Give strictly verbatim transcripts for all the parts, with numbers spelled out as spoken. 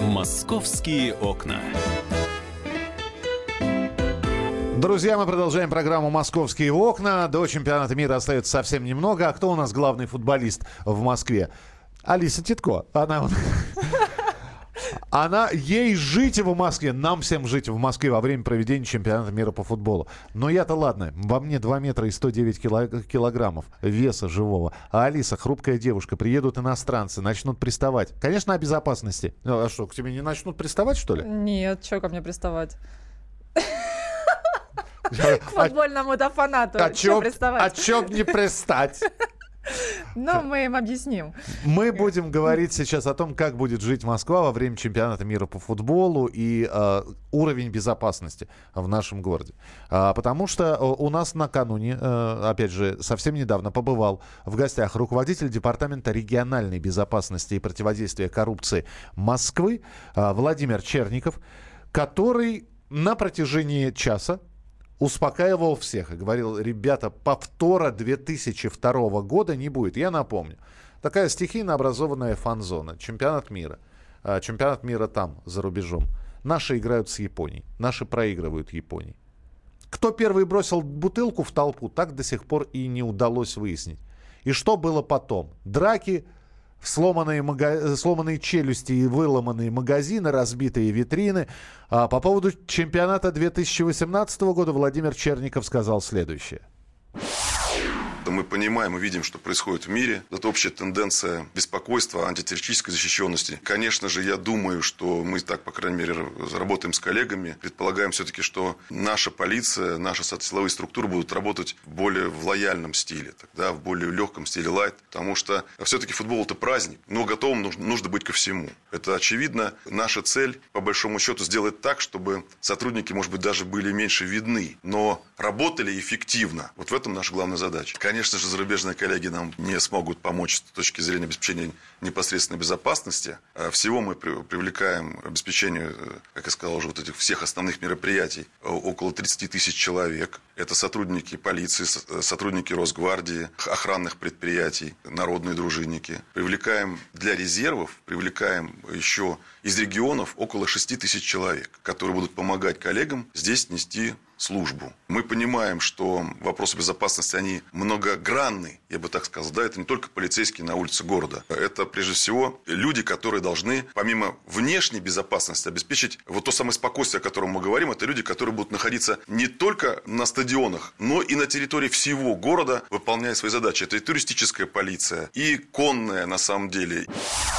Московские окна. Друзья, мы продолжаем программу «Московские окна». До чемпионата мира остается совсем немного. А кто у нас главный футболист в Москве? Алиса Титко. Она... Она, ей жить в Москве, нам всем жить в Москве во время проведения чемпионата мира по футболу. Но я-то ладно, во мне два метра и сто девять килограммов веса живого. А Алиса, хрупкая девушка, приедут иностранцы, начнут приставать. Конечно, о безопасности. А что, к тебе не начнут приставать, что ли? Нет, что ко мне приставать? К футбольному-то фанату. О чем не пристать? Но мы им объясним. Мы будем говорить сейчас о том, как будет жить Москва во время чемпионата мира по футболу и э, уровень безопасности в нашем городе. А, потому что у нас накануне, э, опять же, совсем недавно побывал в гостях руководитель департамента региональной безопасности и противодействия коррупции Москвы э, Владимир Черников, который на протяжении часа успокаивал всех и говорил: ребята, повтора две тысячи второго года не будет. Я напомню, такая стихийно образованная фан-зона, чемпионат мира. А, чемпионат мира там, за рубежом. Наши играют с Японией, наши проигрывают Японии. Кто первый бросил бутылку в толпу, так до сих пор и не удалось выяснить. И что было потом? Драки, сломанные, мага... сломанные челюсти и выломанные магазины, разбитые витрины. А по поводу чемпионата две тысячи восемнадцатого года Владимир Черников сказал следующее. Мы понимаем и видим, что происходит в мире. Это общая тенденция беспокойства, антитеррористической защищенности. Конечно же, я думаю, что мы так, по крайней мере, работаем с коллегами. Предполагаем все-таки, что наша полиция, наши силовые структуры будут работать в более в лояльном стиле, тогда, в более легком стиле лайт. Потому что все-таки футбол – это праздник, но готовым нужно, нужно быть ко всему. Это очевидно. Наша цель, по большому счету, сделать так, чтобы сотрудники, может быть, даже были меньше видны, но работали эффективно. Вот в этом наша главная задача. Конечно же, зарубежные коллеги нам не смогут помочь с точки зрения обеспечения непосредственной безопасности. Всего мы привлекаем к обеспечению, как я сказал, уже вот этих всех основных мероприятий около тридцати тысяч человек. Это сотрудники полиции, сотрудники Росгвардии, охранных предприятий, народные дружинники. Привлекаем для резервов, привлекаем еще из регионов около шести тысяч человек, которые будут помогать коллегам здесь нести службу. Мы понимаем, что вопросы безопасности, они многогранны, я бы так сказал. Да, это не только полицейские на улице города. Это, прежде всего, люди, которые должны, помимо внешней безопасности, обеспечить вот то самое спокойствие, о котором мы говорим. Это люди, которые будут находиться не только на стадионах, но и на территории всего города, выполняя свои задачи. Это и туристическая полиция, и конная, на самом деле.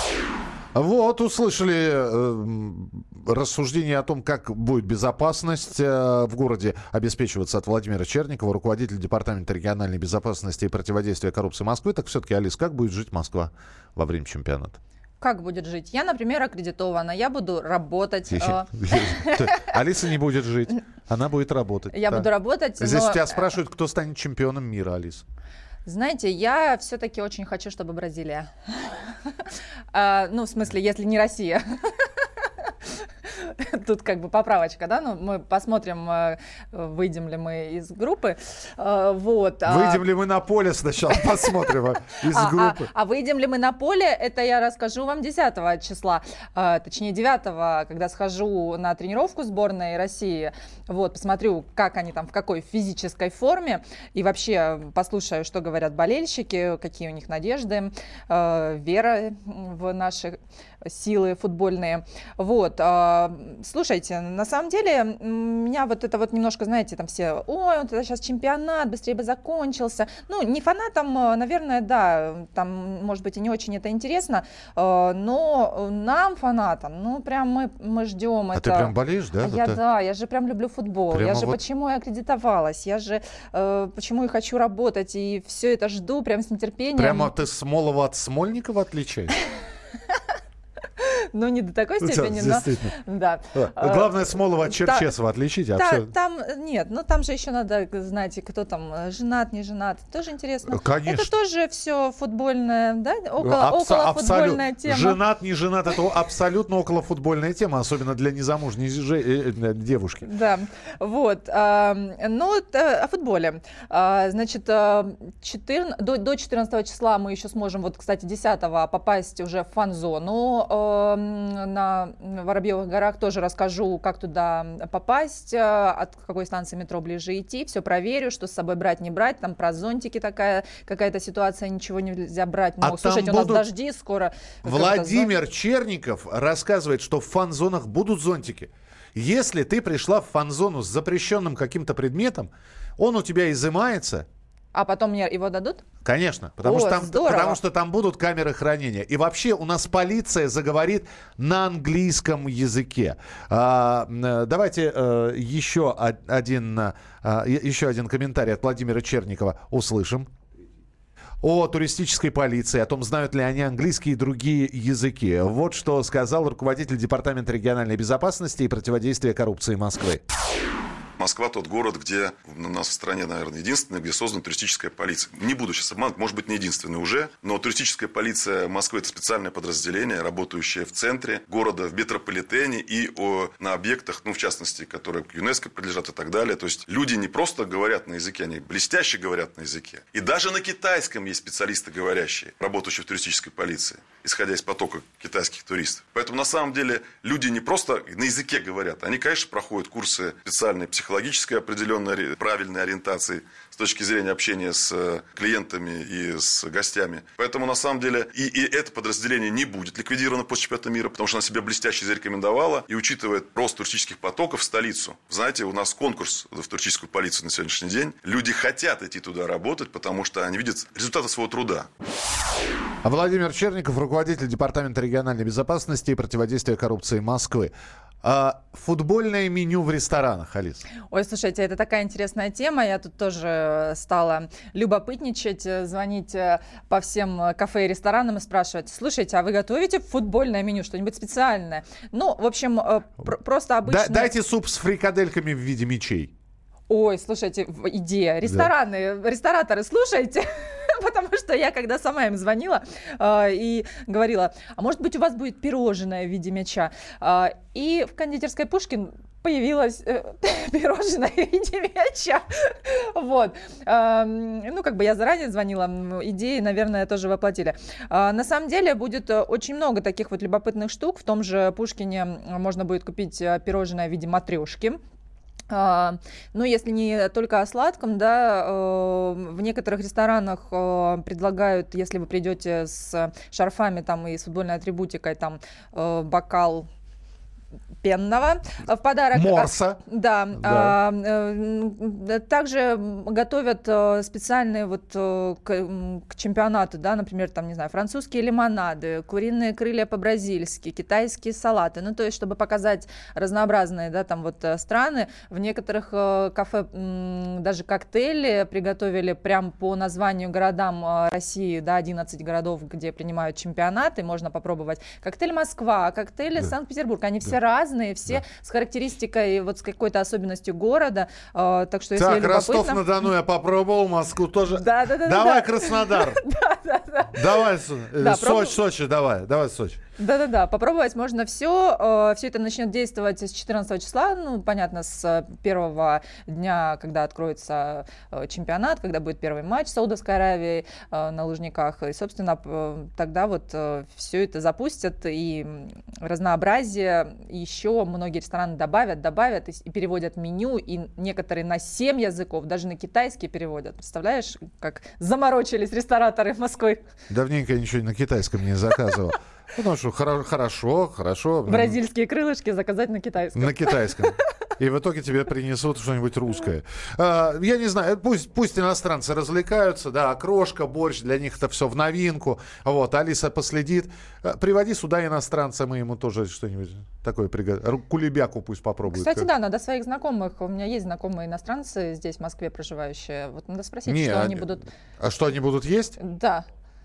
Вот, услышали э, рассуждения о том, как будет безопасность э, в городе обеспечиваться от Владимира Черникова, руководителя департамента региональной безопасности и противодействия коррупции Москвы. Так все-таки, Алис, как будет жить Москва во время чемпионата? Как будет жить? Я, например, аккредитована, я буду работать. Алиса не будет жить, она будет работать. Я буду работать. Здесь тебя спрашивают, кто станет чемпионом мира, Алис. Знаете, я все-таки очень хочу, чтобы Бразилия. а, ну, в смысле, если не Россия. Тут как бы поправочка, да, ну мы посмотрим, выйдем ли мы из группы, вот. Выйдем ли мы на поле сначала, посмотрим из группы. А, а, а выйдем ли мы на поле, это я расскажу вам десятого числа, точнее девятого, когда схожу на тренировку сборной России, вот, посмотрю, как они там, в какой физической форме, и вообще послушаю, что говорят болельщики, какие у них надежды, вера в наши силы футбольные, вот. Слушайте, на самом деле, меня вот это вот немножко, знаете, там все, ой, вот это сейчас чемпионат, быстрее бы закончился. Ну, не фанатам, наверное, да, там, может быть, и не очень это интересно, но нам, фанатам, ну, прям мы, мы ждем а это. А ты прям болеешь, да? А я, это... да, я же прям люблю футбол, Прямо я же вот... почему и аккредитовалась, я же э, почему и хочу работать, и все это жду прям с нетерпением. Прямо ты Смолова от Смольникова отличаешь? Ну, не до такой степени, но... Да. Главное, Смолова от Черчесова отличить, а да, все... там, нет, ну там же еще надо знать, кто там, женат, не женат, тоже интересно. Конечно. Это тоже все футбольная, да, около, Абсо- околофутбольная абсолют. тема. Женат, не женат, это абсолютно околофутбольная тема, особенно для незамужней же... девушки. Да, вот. А, ну, о футболе. А, значит, четырнадцатого, до, до четырнадцатого числа мы еще сможем, вот, кстати, десятого попасть уже в фан-зону на Воробьевых горах, тоже расскажу, как туда попасть, от какой станции метро ближе идти, все проверю, что с собой брать, не брать, там про зонтики такая какая-то ситуация, ничего нельзя брать, но, а слушайте, будут... у нас дожди скоро. Владимир зон... Черников рассказывает, что в фан-зонах будут зонтики. Если ты пришла в фан-зону с запрещенным каким-то предметом, он у тебя изымается. А потом мне его дадут? Конечно, потому, О, что там, здорово. потому что там будут камеры хранения. И вообще у нас полиция заговорит на английском языке. А, давайте а, еще, один, а, еще один комментарий от Владимира Черникова услышим. О туристической полиции, о том, знают ли они английский и другие языки. Вот что сказал руководитель Департамента региональной безопасности и противодействия коррупции Москвы. Москва тот город, где у нас в стране, наверное, единственный, где создана туристическая полиция. Не буду сейчас обманывать, может быть, не единственный уже, но туристическая полиция Москвы – это специальное подразделение, работающее в центре города, в метрополитене и о, на объектах, ну, в частности, которые к ЮНЕСКО принадлежат и так далее. То есть люди не просто говорят на языке, они блестяще говорят на языке. И даже на китайском есть специалисты говорящие, работающие в туристической полиции, исходя из потока китайских туристов. Поэтому, на самом деле, люди не просто на языке говорят, они, конечно, проходят курсы специальной психологии, психологической определенной правильной ориентации с точки зрения общения с клиентами и с гостями. Поэтому, на самом деле, и, и это подразделение не будет ликвидировано после чемпионата мира, потому что она себя блестяще зарекомендовала и учитывает рост туристических потоков в столицу. Знаете, у нас конкурс в туристическую полицию на сегодняшний день. Люди хотят идти туда работать, потому что они видят результаты своего труда. Владимир Черников, руководитель Департамента региональной безопасности и противодействия коррупции Москвы. А футбольное меню в ресторанах, Алис? Ой, слушайте, это такая интересная тема. Я тут тоже стала любопытничать, звонить по всем кафе и ресторанам и спрашивать: слушайте, а вы готовите футбольное меню, что-нибудь специальное? Ну, в общем, пр- просто обычно... Дайте суп с фрикадельками в виде мечей. Ой, слушайте, идея. Рестораны, да. Рестораторы, слушайте. Потому что я, когда сама им звонила э, и говорила: а может быть, у вас будет пирожное в виде мяча? Э, и в кондитерской Пушкин появилось э, пирожное в виде мяча. Вот. Э, ну, как бы я заранее звонила, идеи, наверное, тоже воплотили. Э, на самом деле будет очень много таких вот любопытных штук. В том же Пушкине можно будет купить пирожное в виде матрешки. Uh, ну, если не только о сладком, да, uh, в некоторых ресторанах uh, предлагают, если вы придете с шарфами там и с футбольной атрибутикой, там uh, бокал пенного в подарок. Морса. Да. Да. А, а, также готовят специальные вот к, к чемпионату, да, например, там, не знаю, французские лимонады, куриные крылья по-бразильски, китайские салаты. Ну, то есть, чтобы показать разнообразные, да, там вот страны. В некоторых кафе даже коктейли приготовили прям по названию городам России, да, одиннадцать городов, где принимают чемпионаты. Можно попробовать коктейль Москва, коктейли да. Санкт-Петербург. Они да. все разные, все да. с характеристикой, вот с какой-то особенностью города. Э, так что, если так, любопытно... Ростов-на-Дону я попробовал, Москву тоже. Да, да, да. Давай да. Краснодар. Да, да, да. Давай, Да, Сочи, пробуй. Сочи, давай, давай Сочи. Да-да-да, попробовать можно все. Все это начнет действовать с четырнадцатого числа, ну, понятно, с первого дня, когда откроется чемпионат, когда будет первый матч с Саудовской Аравией на Лужниках. И, собственно, тогда вот все это запустят, и разнообразие еще многие рестораны добавят, добавят и переводят меню, и некоторые на семь языков, даже на китайский переводят. Представляешь, как заморочились рестораторы в Москве? Давненько я ничего на китайском не заказывал. Потому что хоро- хорошо, хорошо. Бразильские крылышки заказать на китайском. На китайском. И в итоге тебе принесут что-нибудь русское. А, я не знаю, пусть, пусть иностранцы развлекаются, да, окрошка, борщ, для них это все в новинку. Вот, Алиса последит. Приводи сюда иностранца, мы ему тоже что-нибудь такое приготовим. Кулебяку пусть попробует. Кстати, да, надо своих знакомых. У меня есть знакомые иностранцы здесь, в Москве проживающие. Вот надо спросить, не, что а, они будут... А что они будут есть? Да.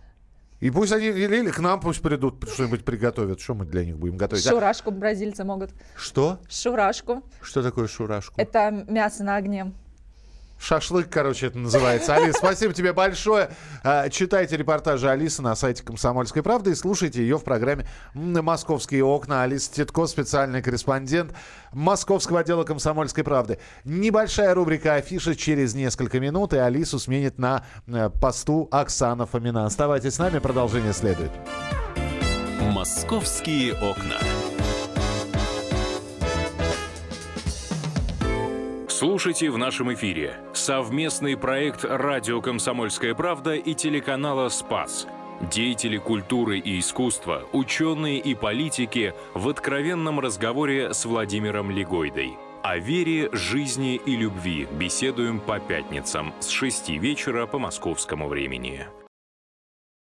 И пусть они или к нам пусть придут, что-нибудь приготовят. Что мы для них будем готовить? Шурашку бразильцы могут. Что? Шурашку. Что такое шурашку? Это мясо на огне. Шашлык, короче, это называется. Алис, спасибо тебе большое. Читайте репортажи Алисы на сайте «Комсомольской правды» и слушайте ее в программе «Московские окна». Алиса Титко, специальный корреспондент московского отдела «Комсомольской правды». Небольшая рубрика «Афиша» через несколько минут, и Алису сменит на посту Оксана Фомина. Оставайтесь с нами, продолжение следует. «Московские окна». Слушайте в нашем эфире совместный проект «Радио Комсомольская правда» и телеканала «Спас». Деятели культуры и искусства, ученые и политики в откровенном разговоре с Владимиром Легойдой. О вере, жизни и любви беседуем по пятницам с шести вечера по московскому времени.